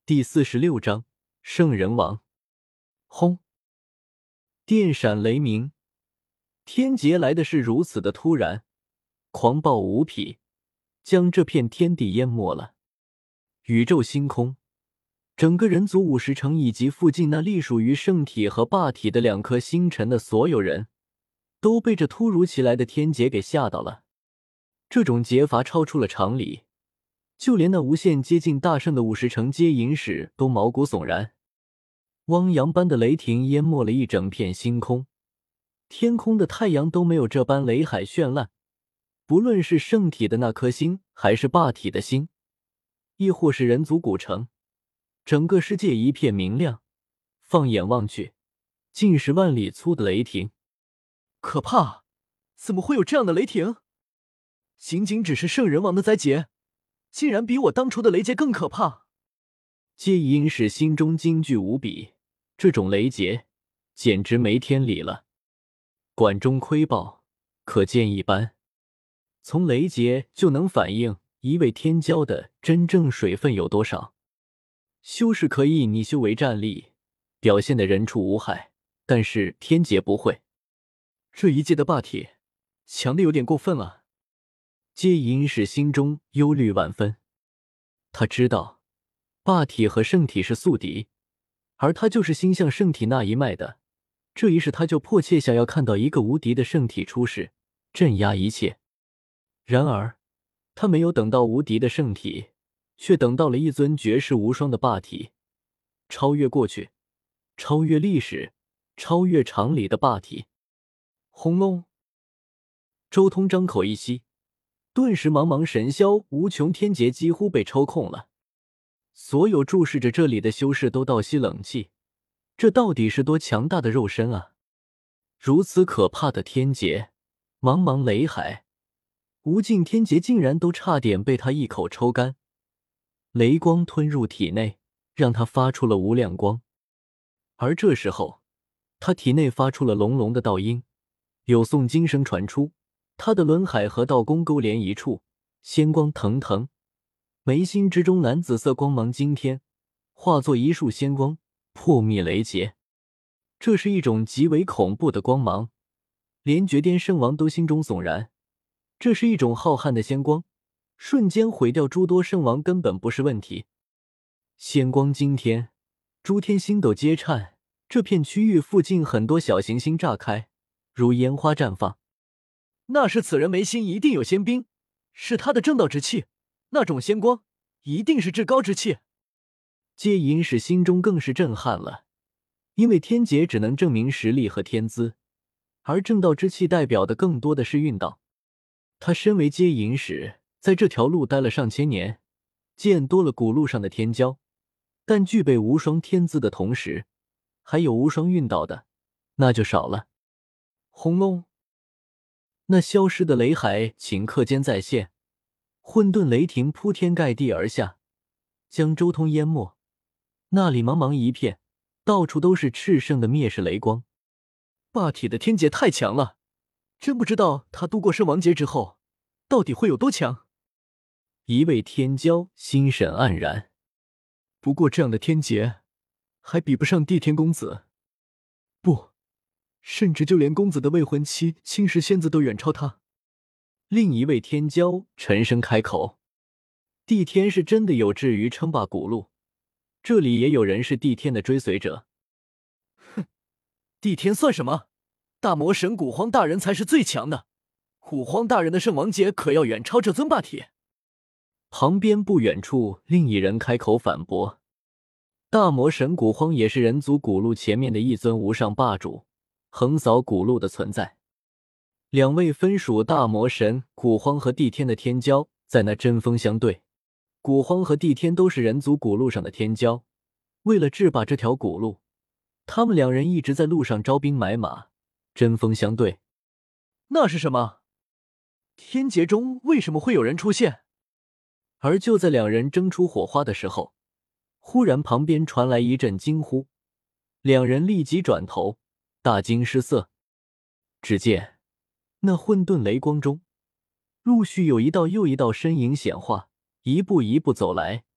第46章圣人王。轰！电闪雷鸣，天劫来的是如此的突然，狂暴无匹，将这片天地淹没了。宇宙星空，整个人族50城以及附近那隶属于圣体和霸体的2颗星辰的所有人，都被这突如其来的天劫给吓到了。这种劫罚超出了常理，就连那无限接近大圣的50城接引使都毛骨悚然。汪洋般的雷霆淹没了一整片星空，天空的太阳都没有这般雷海绚烂。不论是圣体的那颗星，还是霸体的星，亦或是人族古城，整个世界一片明亮。放眼望去，尽是万里粗的雷霆。 可怕！怎么会有这样的雷霆？仅仅只是圣人王的灾劫，竟然比我当初的雷劫更可怕。 接引使心中惊惧无比，这种雷劫简直没天理了。管中窥豹，可见一斑。从雷劫就能反映一位天骄的真正水分有多少。修士可以拟修为战力，表现得人畜无害，但是天劫不会。 这一届的霸体强得有点过分了。 接引使心中忧虑万分，他知道霸体和圣体是宿敌，而他就是心向圣体那一脉的，这一世他就迫切想要看到一个无敌的圣体出世，镇压一切。然而他没有等到无敌的圣体，却等到了一尊绝世无双的霸体，超越过去，超越历史，超越常理的霸体。轰隆！周通张口一吸，顿时茫茫神霄无穷天劫几乎被抽空了。所有注视着这里的修士都倒吸冷气，这到底是多强大的肉身啊！如此可怕的天劫，茫茫雷海，无尽天劫竟然都差点被他一口抽干。雷光吞入体内，让他发出了无量光。而这时候，他体内发出了隆隆的道音，有诵经声传出，他的轮海和道宫勾连一处，仙光腾腾，眉心之中蓝紫色光芒惊天，化作一束仙光，破灭雷劫。这是一种极为恐怖的光芒，连绝巅圣王都心中悚然。这是一种浩瀚的仙光，瞬间毁掉诸多圣王根本不是问题。仙光惊天，诸天星斗皆颤，这片区域附近很多小行星炸开，如烟花绽放。 那是此人眉心一定有仙冰，是他的正道之气，那种仙光一定是至高之气。 接引使心中更是震撼了，因为天劫只能证明实力和天资，而正道之气代表的更多的是运道。他身为接引使，在这条路待了上千年，见多了古路上的天骄，但具备无双天资的同时，还有无双运道的，那就少了。轰隆！那消失的雷海顷刻间再现，混沌雷霆铺天盖地而下，将周通淹没。那里茫茫一片，到处都是炽盛的灭世雷光。 霸体的天劫太强了，真不知道他度过圣王劫之后到底会有多强。 一位天骄心神黯然， 不过这样的天劫还比不上帝天公子，不，甚至就连公子的未婚妻青石仙子都远超他。 另一位天骄沉声开口，帝天是真的有志于称霸古路，这里也有人是帝天的追随者。 哼，帝天算什么？大魔神古荒大人才是最强的，古荒大人的圣王劫可要远超这尊霸体。 旁边不远处另一人开口反驳，大魔神古荒也是人族古路前面的一尊无上霸主，横扫古路的存在。2位分属大魔神古荒和帝天的天骄在那针锋相对。古荒和帝天都是人族古路上的天骄，为了制霸这条古路，他们2人一直在路上招兵买马，针锋相对。 那是什么？天劫中为什么会有人出现？ 而就在2人争出火花的时候，忽然旁边传来一阵惊呼，2人立即转头，大惊失色。只见那混沌雷光中，陆续有一道又一道身影显化，一步一步走来，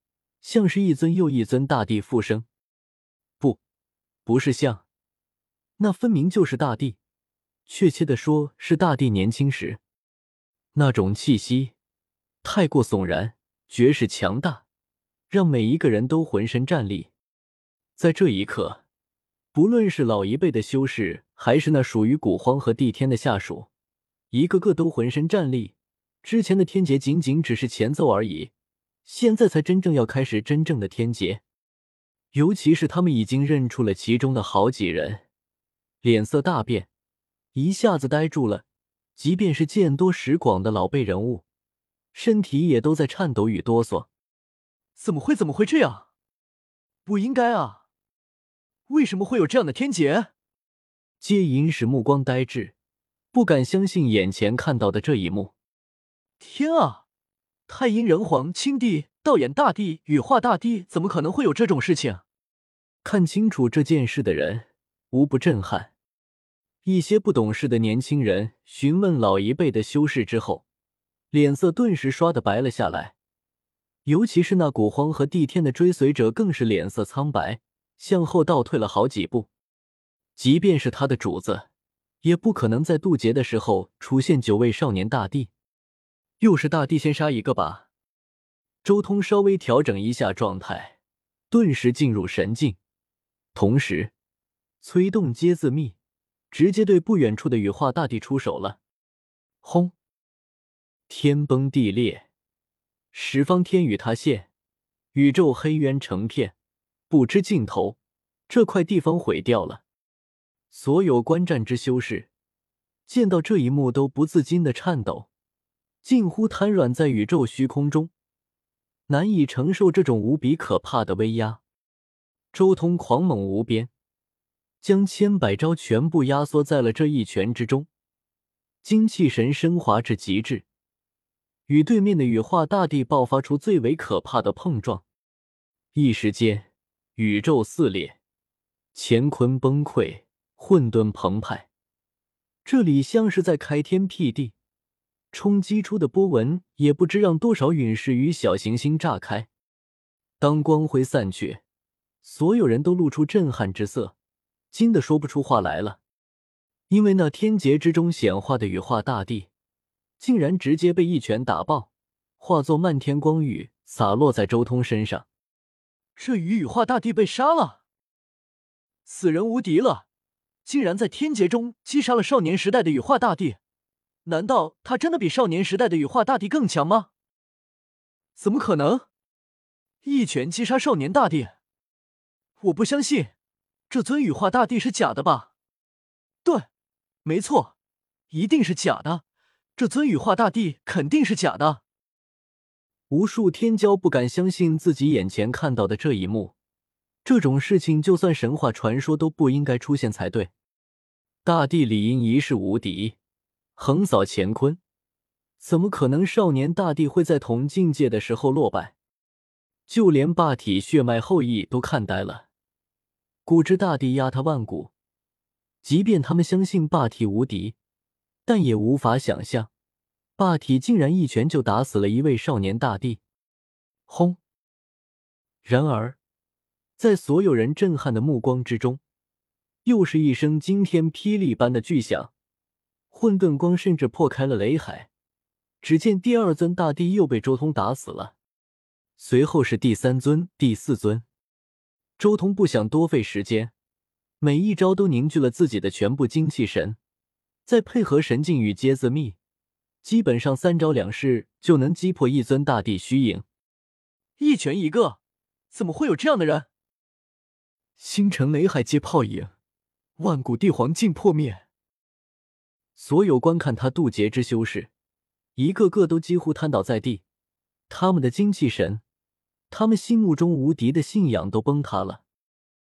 像是一尊又一尊大帝复生。不是像，那分明就是大帝，确切的说是大帝年轻时。那种气息太过悚然，绝世强大，让每一个人都浑身战栗。在这一刻，不论是老一辈的修士，还是那属于古荒和帝天的下属，一个个都浑身战栗。之前的天劫仅仅只是前奏而已，现在才真正要开始真正的天劫。尤其是他们已经认出了其中的好几人，脸色大变，一下子呆住了。即便是见多识广的老辈人物，身体也都在颤抖与哆嗦。 怎么会这样？不应该啊！为什么会有这样的天劫？ 皆隐使目光呆滞，不敢相信眼前看到的这一幕。 天啊！太阴人皇青帝、道眼大帝、羽化大帝，怎么可能会有这种事情？ 看清楚这件事的人无不震撼。一些不懂事的年轻人询问老一辈的修士之后，脸色顿时刷得白了下来。尤其是那古荒和帝天的追随者更是脸色苍白，向后倒退了好几步。即便是他的主子，也不可能在渡劫的时候出现9位少年大帝。又是大帝先杀一个吧。周通稍微调整一下状态，顿时进入神境，同时催动接字秘，直接对不远处的羽化大帝出手了。轰！天崩地裂，十方天宇塌陷，宇宙黑渊成片，不知尽头。这块地方毁掉了。所有观战之修士见到这一幕都不自禁的颤抖，近乎瘫软在宇宙虚空中，难以承受这种无比可怕的威压。周通狂猛无边，将千百招全部压缩在了这一拳之中，精气神升华至极致，与对面的羽化大帝爆发出最为可怕的碰撞。一时间，宇宙撕裂，乾坤崩溃，混沌澎湃。这里像是在开天辟地，冲击出的波纹也不知让多少陨石与小行星炸开。当光辉散去，所有人都露出震撼之色，惊得说不出话来了。因为那天劫之中显化的羽化大帝，竟然直接被一拳打爆，化作漫天光雨洒落在周通身上。 这羽化大帝被杀了，此人无敌了，竟然在天劫中击杀了少年时代的羽化大帝。难道他真的比少年时代的羽化大帝更强吗？怎么可能？一拳击杀少年大帝？我不相信，这尊羽化大帝是假的吧？对，没错，一定是假的，这尊羽化大帝肯定是假的。 无数天骄不敢相信自己眼前看到的这一幕，这种事情就算神话传说都不应该出现才对。大帝理应一世无敌，横扫乾坤，怎么可能少年大帝会在同境界的时候落败？就连霸体血脉后裔都看呆了。古之大帝压他万古，即便他们相信霸体无敌，但也无法想象霸体竟然一拳就打死了一位少年大帝。轰！然而在所有人震撼的目光之中，又是一声惊天霹雳般的巨响，混沌光甚至破开了雷海。只见第二尊大帝又被周通打死了，随后是第三尊、第四尊。周通不想多费时间，每一招都凝聚了自己的全部精气神，再配合神境与接字秘，基本上3招2式就能击破一尊大帝虚影。 一拳一个，怎么会有这样的人？星辰雷海皆泡影，万古帝皇尽破灭。 所有观看他渡劫之修士，一个个都几乎瘫倒在地，他们的精气神，他们心目中无敌的信仰都崩塌了。